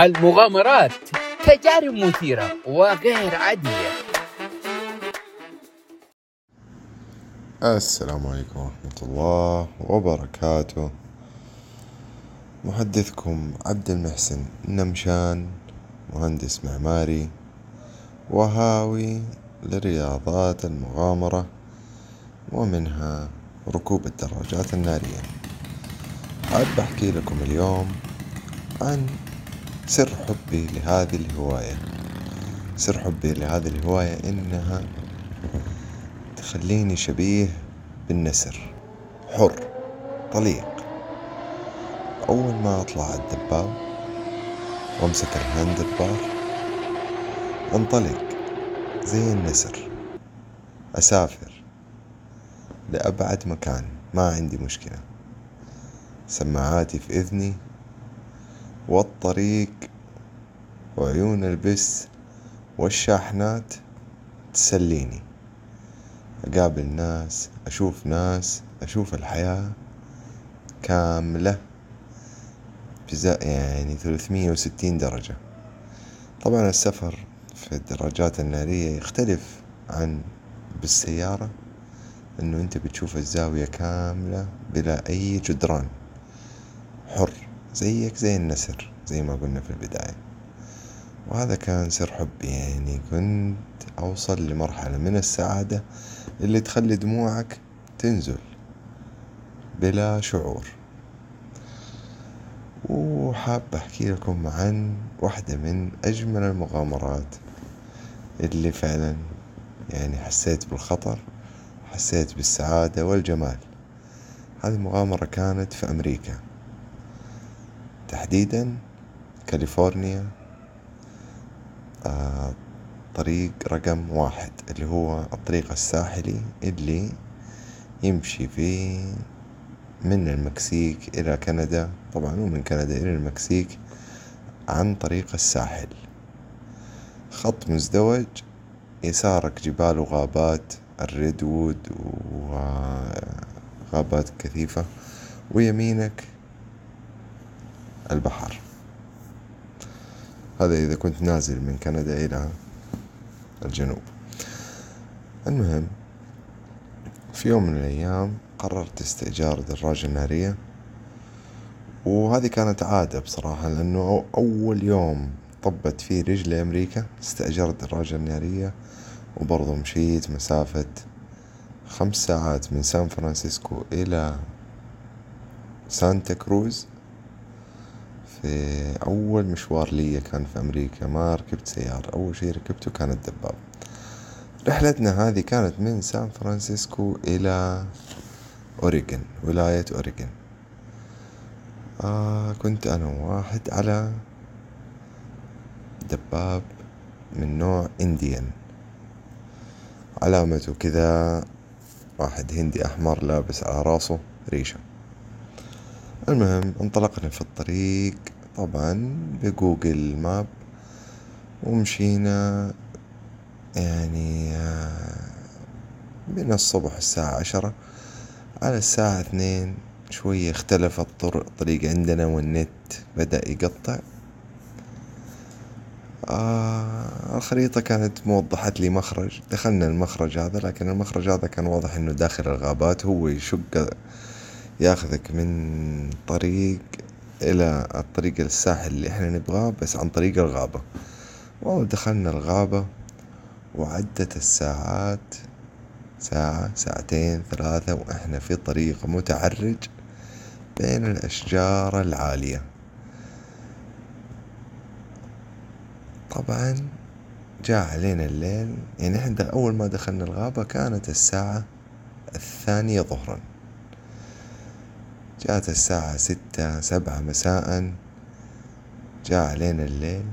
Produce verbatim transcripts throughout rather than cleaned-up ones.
المغامرات، تجارب مثيرة وغير عادية. السلام عليكم ورحمة الله وبركاته. محدثكم عبد المحسن النمشان، مهندس معماري وهاوي لرياضات المغامرة ومنها ركوب الدراجات النارية. حاب أحكي لكم اليوم عن سر حبي لهذه الهواية. سر حبي لهذه الهواية إنها تخليني شبيه بالنسر، حر طليق. أول ما أطلع الدباب وأمسك الهاندل بار أنطلق زي النسر، أسافر لأبعد مكان، ما عندي مشكلة. سماعاتي في إذني والطريق وعيون البس والشاحنات تسليني. أقابل ناس، أشوف ناس، أشوف الحياة كاملة بزا يعني ثلاثمية وستين درجة. طبعا السفر في الدراجات النارية يختلف عن بالسيارة، انه انت بتشوف الزاوية كاملة بلا اي جدران، حر زيك زي النسر زي ما قلنا في البداية. وهذا كان سر حبي، يعني كنت اوصل لمرحلة من السعادة اللي تخلي دموعك تنزل بلا شعور. وحاب احكي لكم عن واحدة من اجمل المغامرات اللي فعلا يعني حسيت بالخطر، حسيت بالسعادة والجمال. هذه المغامرة كانت في أمريكا، تحديدا كاليفورنيا، آه طريق رقم واحد اللي هو الطريق الساحلي اللي يمشي فيه من المكسيك إلى كندا، طبعا ومن كندا إلى المكسيك عن طريق الساحل. خط مزدوج، يسارك جبال وغابات الريدوود وغابات كثيفة، ويمينك البحر. هذا إذا كنت نازل من كندا إلى الجنوب. المهم في يوم من الأيام قررت استئجار دراجة نارية، وهذه كانت عادة بصراحة، لأنه أول يوم طبت فيه رجلي أمريكا استأجرت دراجة نارية، وبرضو مشيت مسافة خمس ساعات من سان فرانسيسكو إلى سانتا كروز. في أول مشوار لي كان في أمريكا ما ركبت سيارة، أول شيء ركبته كان الدباب. رحلتنا هذه كانت من سان فرانسيسكو إلى أوريغون، ولاية أوريغون. آه كنت أنا واحد على دباب من نوع إنديان، علامته كذا واحد هندي أحمر لابس على راسه ريشة. المهم انطلقنا في الطريق طبعا بجوجل ماب، ومشينا يعني من الصبح الساعة عشرة على الساعة اثنين شوية اختلف الطريق عندنا والنت بدأ يقطع. آه الخريطة كانت موضحت لي مخرج، دخلنا المخرج هذا، لكن المخرج هذا كان واضح انه داخل الغابات، هو يشق ياخذك من طريق الى الطريق الساحل اللي احنا نبغاه بس عن طريق الغابة. ودخلنا الغابة وعدت الساعات، ساعة ساعتين ثلاثة، وإحنا في طريق متعرج بين الأشجار العالية. طبعا جاء علينا الليل، يعني إحنا أول ما دخلنا الغابة كانت الساعة الثانية ظهرا، جاءت الساعة ستة سبعة مساء، جاء علينا الليل،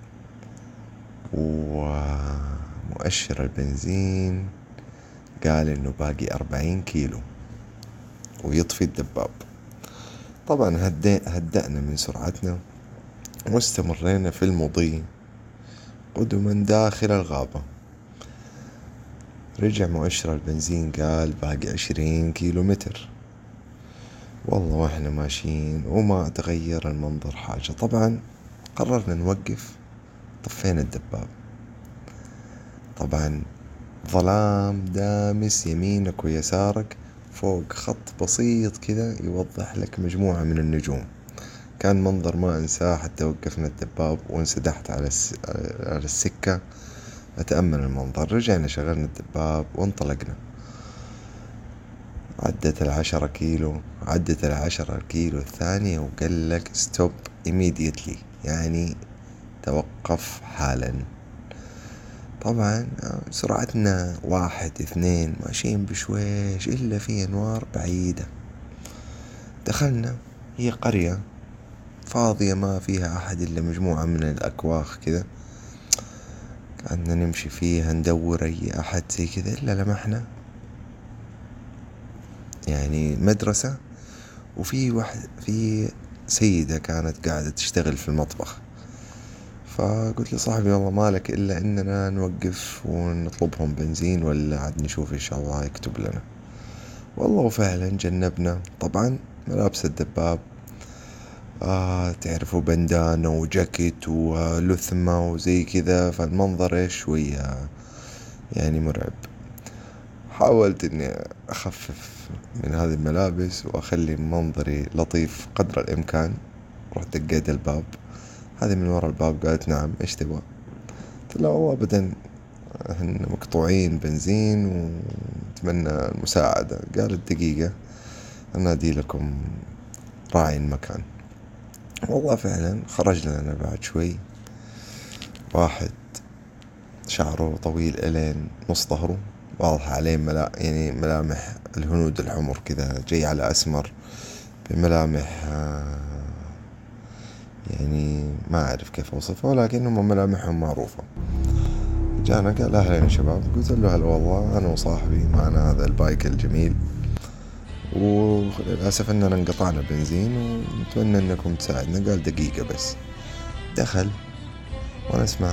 ومؤشر البنزين قال إنه باقي أربعين كيلو ويطفي الدباب. طبعا هدأنا من سرعتنا واستمرينا في المضي قدما داخل الغابة. رجع مؤشر البنزين قال باقي عشرين كيلو متر. والله واحنا ماشيين وما تغير المنظر حاجة. طبعا قررنا نوقف. طفينا الدباب. طبعا ظلام دامس يمينك ويسارك، فوق خط بسيط كذا يوضح لك مجموعة من النجوم. كان منظر ما أنساه، حتى وقفنا الدباب وانسدحت على, الس... على السكة أتأمل المنظر. رجعنا شغلنا الدباب وانطلقنا. عدت العشرة كيلو عدت العشرة كيلو الثانية وقال لك ستوب immediately، يعني توقف حالا. طبعا سرعتنا واحد اثنين ماشيين بشويش، إلا في أنوار بعيدة. دخلنا، هي قرية فاضية ما فيها أحد إلا مجموعة من الأكواخ كذا. قعدنا نمشي فيها ندور أي أحد زي كذا، إلا لمحنا يعني مدرسة، وفي واحد في سيدة كانت قاعدة تشتغل في المطبخ. فقلت لصاحبي والله مالك إلا إننا نوقف ونطلبهم بنزين ولا عاد نشوف إن شاء الله يكتب لنا. والله وفعلا جنبنا. طبعا ملابس الدباب آه تعرفوا بندانة وجاكيت ولثمة وزي كذا، فالمنظر شوية يعني مرعب. حاولت إني أخفف من هذه الملابس وأخلي منظري لطيف قدر الإمكان. رحت دقيت الباب، هذه من وراء الباب قالت نعم إيش تبغى؟ قلت لا والله أبدا، إحنا مقطوعين بنزين ونتمنى المساعدة. قالت دقيقة أنادي لكم راعي المكان. والله فعلا خرج لنا بعد شوي واحد شعره طويل إلين نص ظهره، واضح عليه ملا يعني ملامح الهنود الحمر كذا، جاي على أسمر بملامح يعني ما أعرف كيف أوصفه، ولكنهم ملامحهم معروفة. جانا قال أهلا يا شباب. قلت له هلا والله، أنا وصاحبي معنا هذا البايك الجميل، وللأسف أننا انقطعنا بنزين ونتمنى أنكم تساعدنا. قال دقيقة بس. دخل وأنا أسمع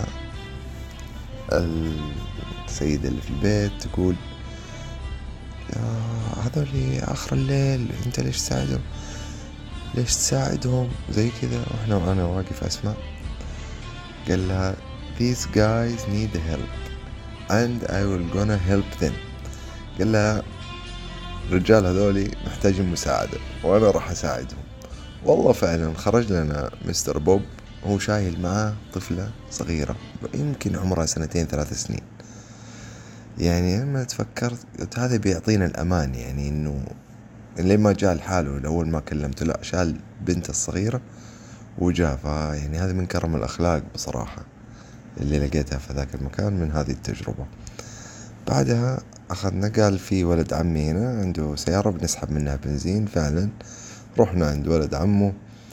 السيدة اللي في البيت تقول يا هذولي آخر الليل أنت ليش تساعدهم ليش تساعدهم زي كذا. وإحنا وأنا واقف أسمع. قال لها these guys need help and I will gonna help them. قال لها الرجال هذولي محتاجين مساعدة وأنا راح أساعدهم. والله فعلا خرج لنا مستر بوب، هو شايل معاه طفلة صغيرة يمكن عمرها سنتين ثلاث سنين. يعني لما تفكرت هذا بيعطينا الأمان، يعني إنه اللي ما جاء لحاله لأول ما كلمته، لا شال بنت الصغيرة وجاء. يعني هذا من كرم الأخلاق بصراحة اللي لقيتها في ذاك المكان من هذه التجربة. بعدها أخذنا، قال في ولد عمي هنا عنده سيارة بنسحب منها بنزين. فعلا رحنا عند ولد عمه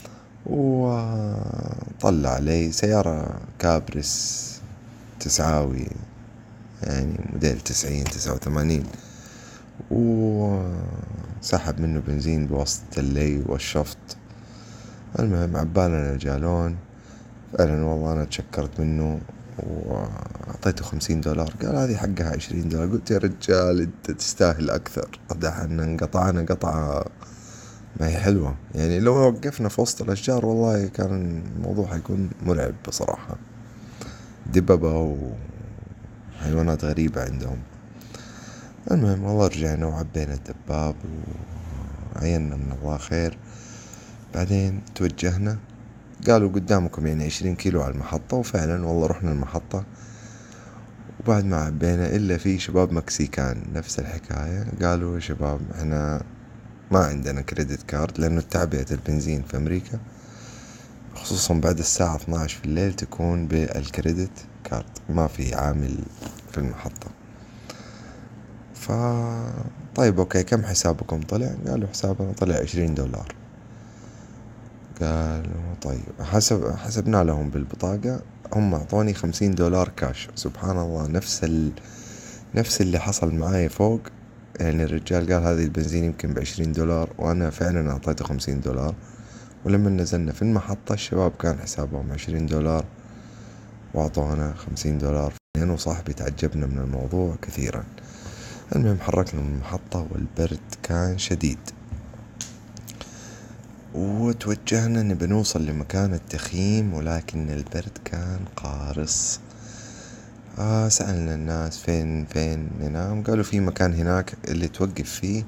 وطلع لي سيارة كابرس تسعاوي، يعني موديل تسعين تسعة وثمانين، وسحب منه بنزين بواسطة اللي والشفط. المهم عبالنا الجالون. فعلا والله أنا تشكرت منه وأعطيته خمسين دولار. قال هذه حقها عشرين دولار. قلت يا رجال أنت تستاهل أكثر، دحنا انقطعنا قطعة ما هي حلوة. يعني لو وقفنا في وسط الأشجار والله كان الموضوع حيكون مرعب بصراحة. دببة وحيوانات غريبة عندهم. المهم والله رجعنا وعبينا الدباب وعينا من الله خير. بعدين توجهنا، قالوا قدامكم يعني عشرين كيلو على المحطة. وفعلا والله رحنا المحطة، وبعد ما عبينا إلا في شباب مكسيكان نفس الحكاية. قالوا يا شباب احنا ما عندنا كريدت كارد، لأنه تعبئة البنزين في أمريكا خصوصا بعد الساعة اثنى عشر في الليل تكون بالكريدت كارد، ما في عامل في المحطة. ف طيب أوكي كم حسابكم طلع؟ قالوا حسابنا طلع عشرين دولار. قالوا طيب حسب حسبنا لهم بالبطاقة، هم أعطوني خمسين دولار كاش. سبحان الله، نفس ال... نفس اللي حصل معاي فوق. يعني الرجال قال هذه البنزين يمكن بعشرين دولار، وأنا فعلا أعطيته خمسين دولار. ولما نزلنا في المحطة الشباب كان حسابهم عشرين دولار وأعطونا خمسين دولار. أنا وصاحبي تعجبنا من الموضوع كثيرا. المهم حركنا من المحطة والبرد كان شديد. وتوجهنا نبي نوصل لمكان التخييم، ولكن البرد كان قارس. آه سألنا الناس فين فين ننام، قالوا في مكان هناك اللي توقف فيه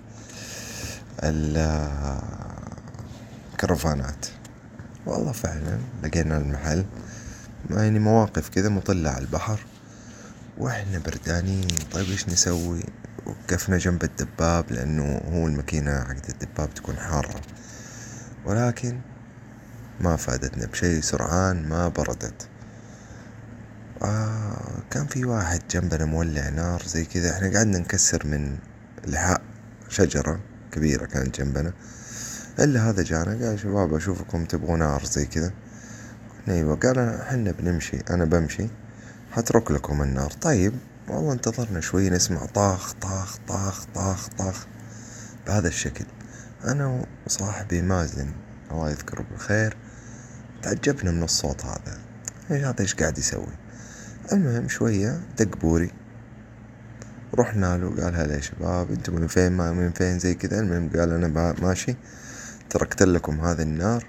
الكرفانات. والله فعلا لقينا المحل، يعني مواقف كذا مطلة على البحر، واحنا بردانين. طيب ايش نسوي؟ وقفنا جنب الدباب لانه هو الماكينة حق الدباب تكون حارة، ولكن ما فادتنا بشي، سرعان ما بردت. آه كان في واحد جنبنا مولع نار زي كذا، احنا قعدنا نكسر من لحاء شجرة كبيرة كانت جنبنا، الا هذا جانا قال شباب اشوفكم تبغوا نار زي كذا. ايوه، قال حنا بنمشي، انا بمشي حترك لكم النار. طيب والله انتظرنا شوي نسمع طاخ طاخ طاخ طاخ طاخ بهذا الشكل. انا وصاحبي مازن الله يذكره بالخير تعجبنا من الصوت هذا، ايش هذا ايش قاعد يسوي. المهم شوية دق بوري، رحنا له قال هلا يا شباب انتم من فين ما من فين زي كذا. المهم قال انا ماشي تركت لكم هذا النار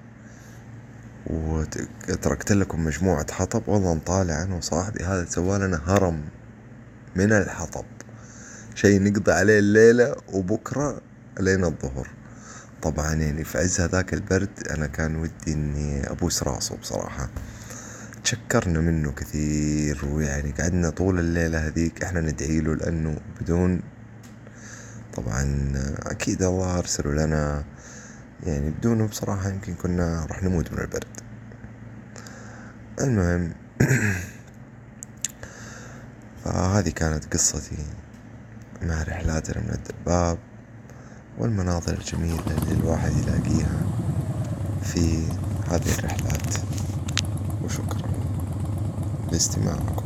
وتركت لكم مجموعة حطب. والله نطالع انا وصاحبي هذا سوى لنا هرم من الحطب، شيء نقضي عليه الليلة وبكرة لين الظهر. طبعا يعني في عز هذاك البرد انا كان ودي اني ابوس راسه بصراحة. تشكرنا منه كثير، ويعني قعدنا طول الليلة هذيك احنا ندعي له، لانه بدون طبعا اكيد الله ارسله لنا، يعني بدونه بصراحة يمكن كنا رح نموت من البرد. المهم فهذه كانت قصتي مع رحلاتنا من الدباب والمناظر الجميلة اللي الواحد يلاقيها في هذه الرحلات. وشكرا لاستماعكم.